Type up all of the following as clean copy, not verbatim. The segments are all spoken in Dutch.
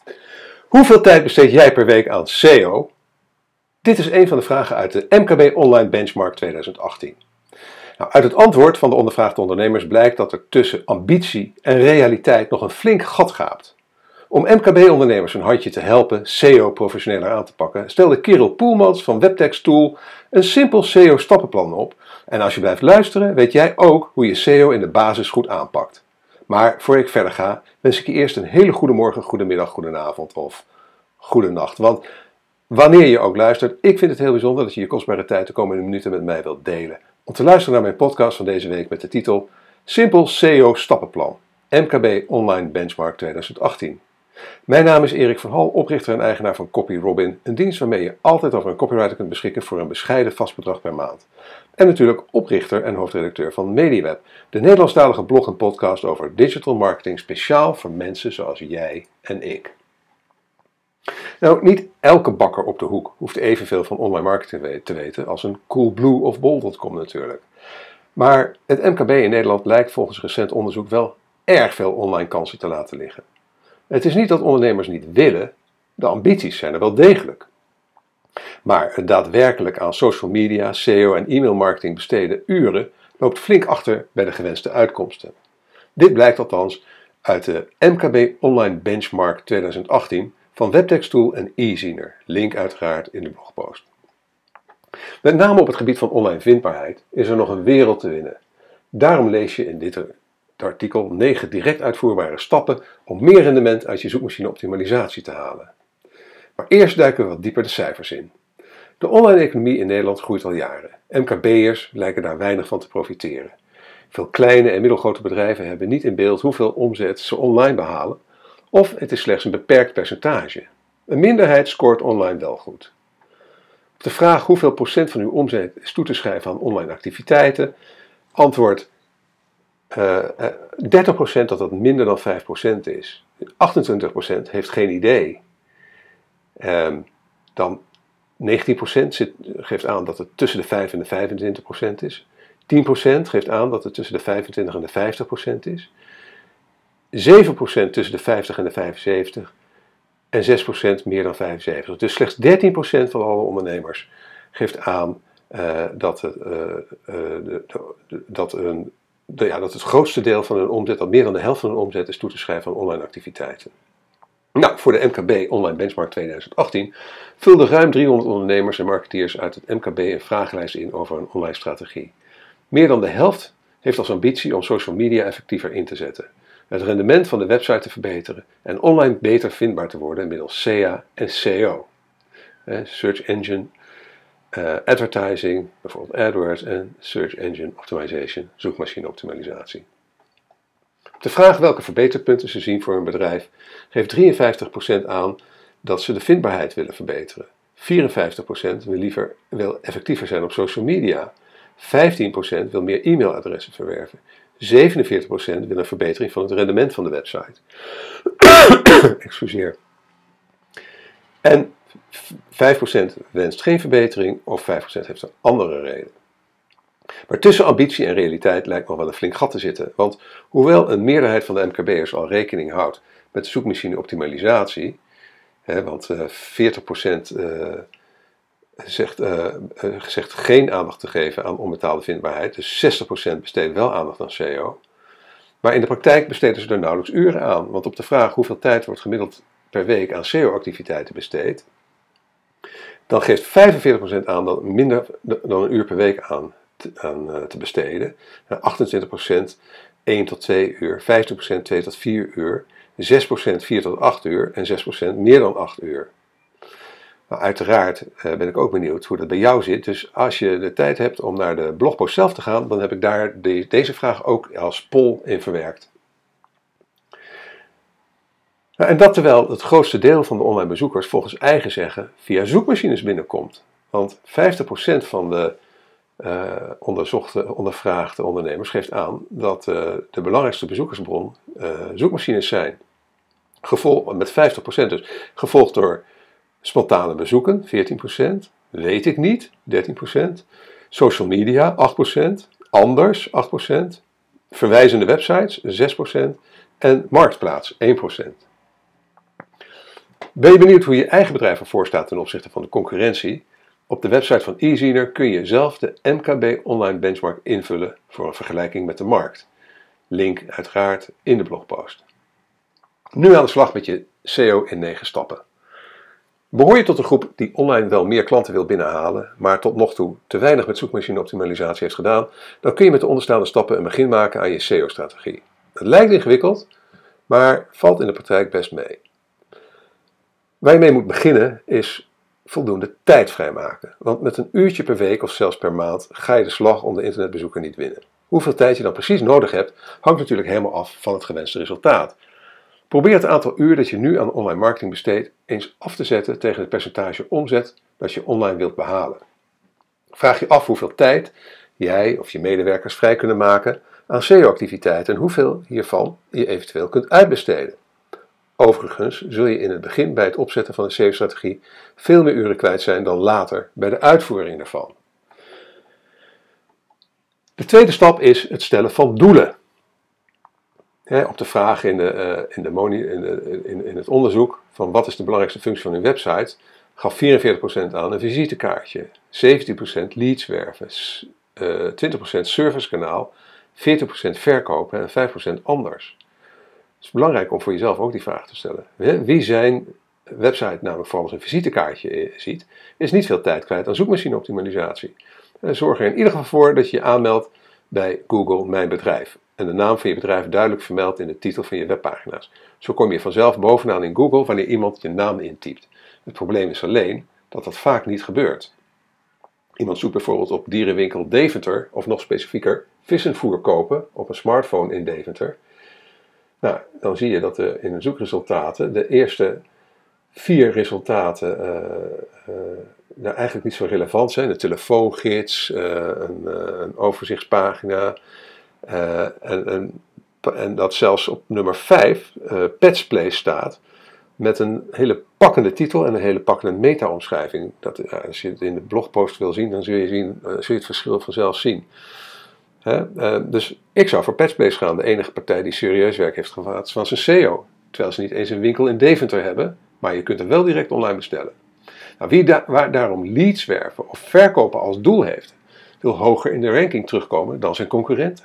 Hoeveel tijd besteed jij per week aan SEO? Dit is een van de vragen uit de MKB Online Benchmark 2018. Uit het antwoord van de ondervraagde ondernemers blijkt dat er tussen ambitie en realiteit nog een flink gat gaapt. Om MKB-ondernemers een handje te helpen SEO professioneler aan te pakken, stelde Kirill Poelmans van Webtext Tool een simpel SEO-stappenplan op. En als je blijft luisteren, weet jij ook hoe je SEO in de basis goed aanpakt. Maar voor ik verder ga, wens ik je eerst een hele goede morgen, goedemiddag, goedenavond of goedenacht. Want wanneer je ook luistert, ik vind het heel bijzonder dat je je kostbare tijd de komende minuten met mij wilt delen. Om te luisteren naar mijn podcast van deze week met de titel Simpel SEO Stappenplan, MKB Online Benchmark 2018. Mijn naam is Erik van Hal, oprichter en eigenaar van CopyRobin, een dienst waarmee je altijd over een copywriter kunt beschikken voor een bescheiden vast bedrag per maand. En natuurlijk oprichter en hoofdredacteur van MediWeb, de Nederlandstalige blog en podcast over digital marketing speciaal voor mensen zoals jij en ik. Nou, niet elke bakker op de hoek hoeft evenveel van online marketing te weten als een Coolblue of Bol.com natuurlijk. Maar het MKB in Nederland lijkt volgens recent onderzoek wel erg veel online kansen te laten liggen. Het is niet dat ondernemers niet willen, de ambities zijn er wel degelijk. Maar het daadwerkelijk aan social media, SEO en e-mailmarketing besteden uren loopt flink achter bij de gewenste uitkomsten. Dit blijkt althans uit de MKB Online Benchmark 2018 van Webtext Tool en eZiner. Link uiteraard in de blogpost. Met name op het gebied van online vindbaarheid is er nog een wereld te winnen. Daarom lees je in dit artikel 9 direct uitvoerbare stappen om meer rendement uit je zoekmachine optimalisatie te halen. Maar eerst duiken we wat dieper de cijfers in. De online economie in Nederland groeit al jaren. MKB'ers lijken daar weinig van te profiteren. Veel kleine en middelgrote bedrijven hebben niet in beeld hoeveel omzet ze online behalen, of het is slechts een beperkt percentage. Een minderheid scoort online wel goed. Op de vraag hoeveel procent van uw omzet is toe te schrijven aan online activiteiten, antwoordt 30% dat dat minder dan 5% is. 28% heeft geen idee. Dan 19% geeft aan dat het tussen de 5 en de 25% is. 10% geeft aan dat het tussen de 25 en de 50% is. 7% tussen de 50 en de 75 en 6% meer dan 75. Dus slechts 13% van alle ondernemers geeft aan dat het grootste deel van hun omzet, dat meer dan de helft van hun omzet, is toe te schrijven aan online activiteiten. Nou, voor de MKB Online Benchmark 2018 vulden ruim 300 ondernemers en marketeers uit het MKB een vragenlijst in over een online strategie. Meer dan de helft heeft als ambitie om social media effectiever in te zetten, het rendement van de website te verbeteren en online beter vindbaar te worden middels SEA en SEO. Search Engine Advertising, bijvoorbeeld AdWords en Search Engine Optimization, zoekmachine optimalisatie. Op de vraag welke verbeterpunten ze zien voor hun bedrijf, geeft 53% aan dat ze de vindbaarheid willen verbeteren. 54% wil effectiever zijn op social media. 15% wil meer e-mailadressen verwerven. 47% wil een verbetering van het rendement van de website. Excuseer. En 5% wenst geen verbetering of 5% heeft een andere reden. Maar tussen ambitie en realiteit lijkt nog wel een flink gat te zitten. Want hoewel een meerderheid van de MKB'ers al rekening houdt met zoekmachine optimalisatie, want 40% zegt geen aandacht te geven aan onbetaalde vindbaarheid, dus 60% besteedt wel aandacht aan SEO. Maar in de praktijk besteden ze er nauwelijks uren aan, want op de vraag hoeveel tijd wordt gemiddeld per week aan SEO-activiteiten besteed, dan geeft 45% aan dat minder dan een uur per week aan te besteden. 28% 1 tot 2 uur, 15% 2 tot 4 uur, 6% 4 tot 8 uur en 6% meer dan 8 uur. Maar uiteraard ben ik ook benieuwd hoe dat bij jou zit. Dus als je de tijd hebt om naar de blogpost zelf te gaan, dan heb ik daar deze vraag ook als poll in verwerkt. En dat terwijl het grootste deel van de online bezoekers volgens eigen zeggen via zoekmachines binnenkomt. Want 50% van de ondervraagde ondernemers geeft aan dat de belangrijkste bezoekersbron zoekmachines zijn. Met 50% dus. Gevolgd door spontane bezoeken, 14%. Weet ik niet, 13%. Social media, 8%. Anders, 8%. Verwijzende websites, 6%. En marktplaats, 1%. Ben je benieuwd hoe je eigen bedrijf ervoor staat ten opzichte van de concurrentie? Op de website van eZeaner kun je zelf de MKB Online Benchmark invullen voor een vergelijking met de markt. Link uiteraard in de blogpost. Nu aan de slag met je SEO in 9 stappen. Behoor je tot een groep die online wel meer klanten wil binnenhalen, maar tot nog toe te weinig met zoekmachine-optimalisatie heeft gedaan, dan kun je met de onderstaande stappen een begin maken aan je SEO-strategie. Het lijkt ingewikkeld, maar valt in de praktijk best mee. Waar je mee moet beginnen is voldoende tijd vrijmaken. Want met een uurtje per week of zelfs per maand ga je de slag om de internetbezoeker niet winnen. Hoeveel tijd je dan precies nodig hebt, hangt natuurlijk helemaal af van het gewenste resultaat. Probeer het aantal uur dat je nu aan online marketing besteedt eens af te zetten tegen het percentage omzet dat je online wilt behalen. Vraag je af hoeveel tijd jij of je medewerkers vrij kunnen maken aan SEO-activiteiten en hoeveel hiervan je eventueel kunt uitbesteden. Overigens zul je in het begin bij het opzetten van een SEO-strategie veel meer uren kwijt zijn dan later bij de uitvoering daarvan. De tweede stap is het stellen van doelen. Op de vraag in het onderzoek van wat is de belangrijkste functie van uw website, gaf 44% aan een visitekaartje, 17% leads werven, 20% servicekanaal, 40% verkopen en 5% anders. Het is belangrijk om voor jezelf ook die vraag te stellen. Wie zijn website namelijk vooral als een visitekaartje ziet, is niet veel tijd kwijt aan zoekmachine-optimalisatie. Zorg er in ieder geval voor dat je je aanmeldt bij Google Mijn Bedrijf en de naam van je bedrijf duidelijk vermeldt in de titel van je webpagina's. Zo kom je vanzelf bovenaan in Google wanneer iemand je naam intypt. Het probleem is alleen dat dat vaak niet gebeurt. Iemand zoekt bijvoorbeeld op dierenwinkel Deventer of nog specifieker vissenvoer kopen op een smartphone in Deventer. Nou, dan zie je dat in de zoekresultaten de eerste 4 resultaten eigenlijk niet zo relevant zijn. Een telefoongids, een overzichtspagina en dat zelfs op nummer 5 Pets Place staat met een hele pakkende titel en een hele pakkende meta-omschrijving. Als je het in de blogpost wil zien, dan zul je het verschil vanzelf zien. Dus ik zou voor Pets Place gaan. De enige partij die serieus werk heeft gehad was een SEO. Terwijl ze niet eens een winkel in Deventer hebben, maar je kunt er wel direct online bestellen. Nou, wie daarom leads werven of verkopen als doel heeft, wil hoger in de ranking terugkomen dan zijn concurrenten.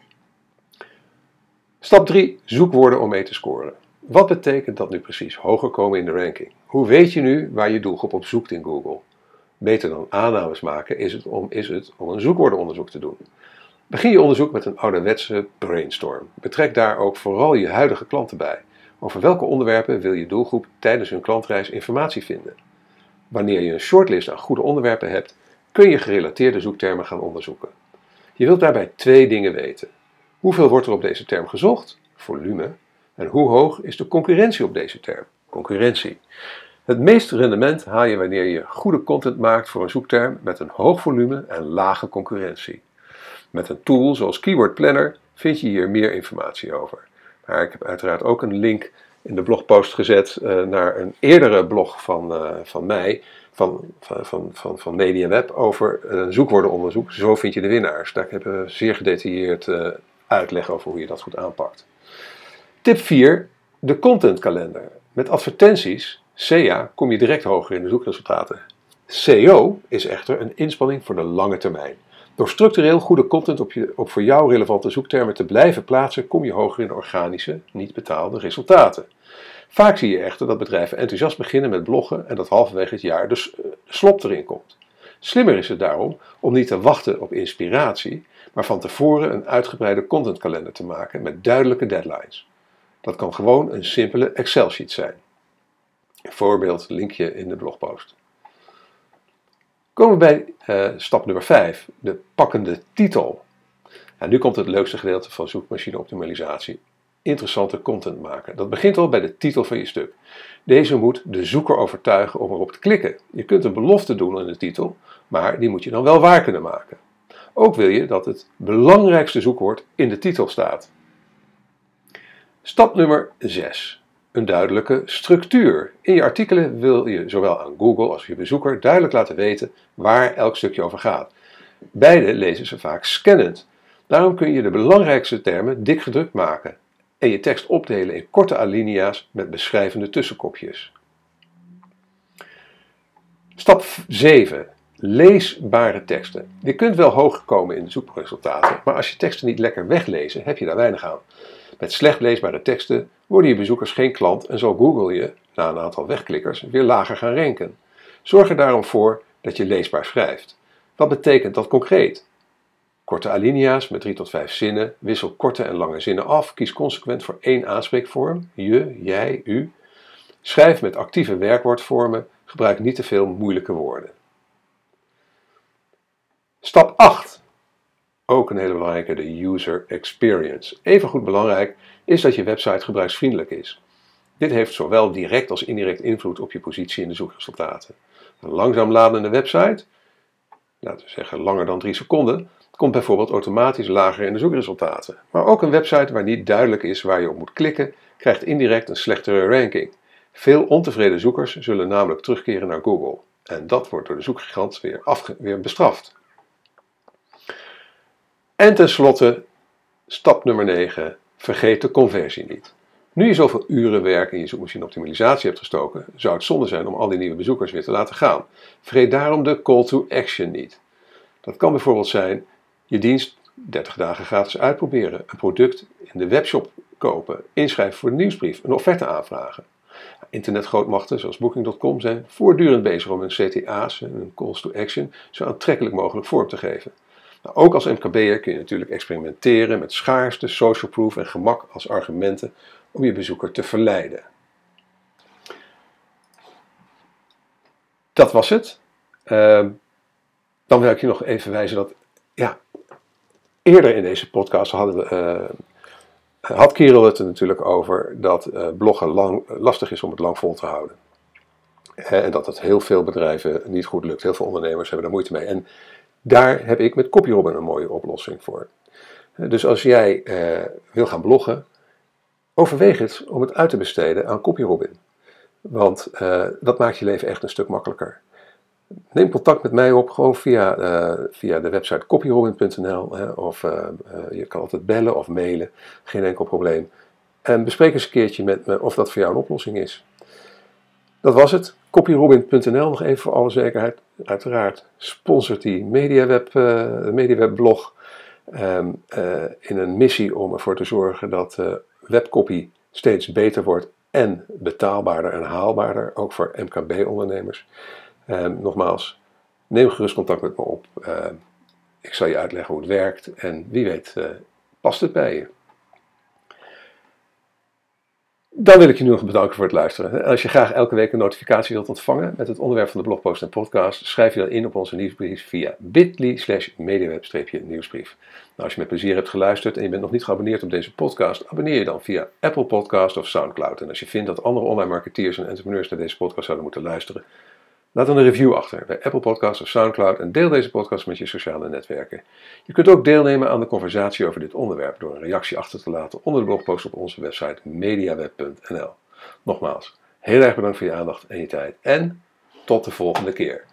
Stap 3. Zoekwoorden om mee te scoren. Wat betekent dat nu precies, hoger komen in de ranking? Hoe weet je nu waar je doelgroep op zoekt in Google? Beter dan aannames maken is het om een zoekwoordenonderzoek te doen. Begin je onderzoek met een ouderwetse brainstorm. Betrek daar ook vooral je huidige klanten bij. Over welke onderwerpen wil je doelgroep tijdens hun klantreis informatie vinden? Wanneer je een shortlist aan goede onderwerpen hebt, kun je gerelateerde zoektermen gaan onderzoeken. Je wilt daarbij 2 dingen weten. Hoeveel wordt er op deze term gezocht? Volume. En hoe hoog is de concurrentie op deze term? Concurrentie. Het meeste rendement haal je wanneer je goede content maakt voor een zoekterm met een hoog volume en lage concurrentie. Met een tool zoals Keyword Planner vind je hier meer informatie over. Maar ik heb uiteraard ook een link in de blogpost gezet naar een eerdere blog van mij, van MediaWeb, over een zoekwoordenonderzoek. Zo vind je de winnaars. Daar heb ik zeer gedetailleerd uitleg over hoe je dat goed aanpakt. Tip 4. De contentkalender. Met advertenties, SEA, kom je direct hoger in de zoekresultaten. SEO is echter een inspanning voor de lange termijn. Door structureel goede content op voor jou relevante zoektermen te blijven plaatsen, kom je hoger in de organische, niet betaalde resultaten. Vaak zie je echter dat bedrijven enthousiast beginnen met bloggen en dat halverwege het jaar de slop erin komt. Slimmer is het daarom om niet te wachten op inspiratie, maar van tevoren een uitgebreide contentkalender te maken met duidelijke deadlines. Dat kan gewoon een simpele Excel-sheet zijn. Een voorbeeld linkje in de blogpost. Komen we bij stap nummer 5, de pakkende titel. Nu komt het leukste gedeelte van zoekmachine-optimalisatie. Interessante content maken. Dat begint al bij de titel van je stuk. Deze moet de zoeker overtuigen om erop te klikken. Je kunt een belofte doen in de titel, maar die moet je dan wel waar kunnen maken. Ook wil je dat het belangrijkste zoekwoord in de titel staat. Stap nummer 6. Een duidelijke structuur. In je artikelen wil je zowel aan Google als je bezoeker duidelijk laten weten waar elk stukje over gaat. Beide lezen ze vaak scannend. Daarom kun je de belangrijkste termen dik gedrukt maken en je tekst opdelen in korte alinea's met beschrijvende tussenkopjes. Stap 7. Leesbare teksten. Je kunt wel hoog komen in de zoekresultaten, maar als je teksten niet lekker weglezen, heb je daar weinig aan. Met slecht leesbare teksten worden je bezoekers geen klant en zal Google je, na een aantal wegklikkers, weer lager gaan ranken. Zorg er daarom voor dat je leesbaar schrijft. Wat betekent dat concreet? Korte alinea's met 3 tot 5 zinnen, wissel korte en lange zinnen af, kies consequent voor één aanspreekvorm, je, jij, u. Schrijf met actieve werkwoordvormen, gebruik niet te veel moeilijke woorden. Stap 8. Ook een hele belangrijke, de user experience. Evengoed belangrijk is dat je website gebruiksvriendelijk is. Dit heeft zowel direct als indirect invloed op je positie in de zoekresultaten. Een langzaam ladende website, laten we zeggen langer dan 3 seconden, komt bijvoorbeeld automatisch lager in de zoekresultaten. Maar ook een website waar niet duidelijk is waar je op moet klikken, krijgt indirect een slechtere ranking. Veel ontevreden zoekers zullen namelijk terugkeren naar Google. En dat wordt door de zoekgigant weer bestraft. En tenslotte, stap nummer 9. Vergeet de conversie niet. Nu je zoveel uren werk in je zoekmachine-optimalisatie hebt gestoken, zou het zonde zijn om al die nieuwe bezoekers weer te laten gaan. Vergeet daarom de call to action niet. Dat kan bijvoorbeeld zijn je dienst 30 dagen gratis uitproberen, een product in de webshop kopen, inschrijven voor de nieuwsbrief, een offerte aanvragen. Internetgrootmachten zoals Booking.com zijn voortdurend bezig om hun CTA's, hun calls to action, zo aantrekkelijk mogelijk vorm te geven. Nou, ook als MKB'er kun je natuurlijk experimenteren met schaarste, social proof en gemak als argumenten om je bezoeker te verleiden. Dat was het. Dan wil ik je nog even wijzen dat eerder in deze podcast had Kerel het er natuurlijk over dat bloggen lastig is om het lang vol te houden. En dat het heel veel bedrijven niet goed lukt. Heel veel ondernemers hebben daar moeite mee. En daar heb ik met CopyRobin een mooie oplossing voor. Dus als jij wil gaan bloggen, overweeg het om het uit te besteden aan CopyRobin. Want dat maakt je leven echt een stuk makkelijker. Neem contact met mij op, gewoon via de website copyrobin.nl. Of je kan altijd bellen of mailen, geen enkel probleem. En bespreek eens een keertje met me of dat voor jou een oplossing is. Dat was het. Copyrobin.nl, nog even voor alle zekerheid. Uiteraard sponsort die MediaWeb blog in een missie om ervoor te zorgen dat webcopy steeds beter wordt en betaalbaarder en haalbaarder, ook voor MKB-ondernemers. Nogmaals, neem gerust contact met me op. Ik zal je uitleggen hoe het werkt en wie weet past het bij je. Dan wil ik je nu nog bedanken voor het luisteren. Als je graag elke week een notificatie wilt ontvangen met het onderwerp van de blogpost en podcast, schrijf je dan in op onze nieuwsbrief via bit.ly/mediaweb-nieuwsbrief. Nou, als je met plezier hebt geluisterd en je bent nog niet geabonneerd op deze podcast, abonneer je dan via Apple Podcast of Soundcloud. En als je vindt dat andere online marketeers en entrepreneurs naar deze podcast zouden moeten luisteren, laat dan een review achter bij Apple Podcasts of Soundcloud en deel deze podcast met je sociale netwerken. Je kunt ook deelnemen aan de conversatie over dit onderwerp door een reactie achter te laten onder de blogpost op onze website mediaweb.nl. Nogmaals, heel erg bedankt voor je aandacht en je tijd en tot de volgende keer.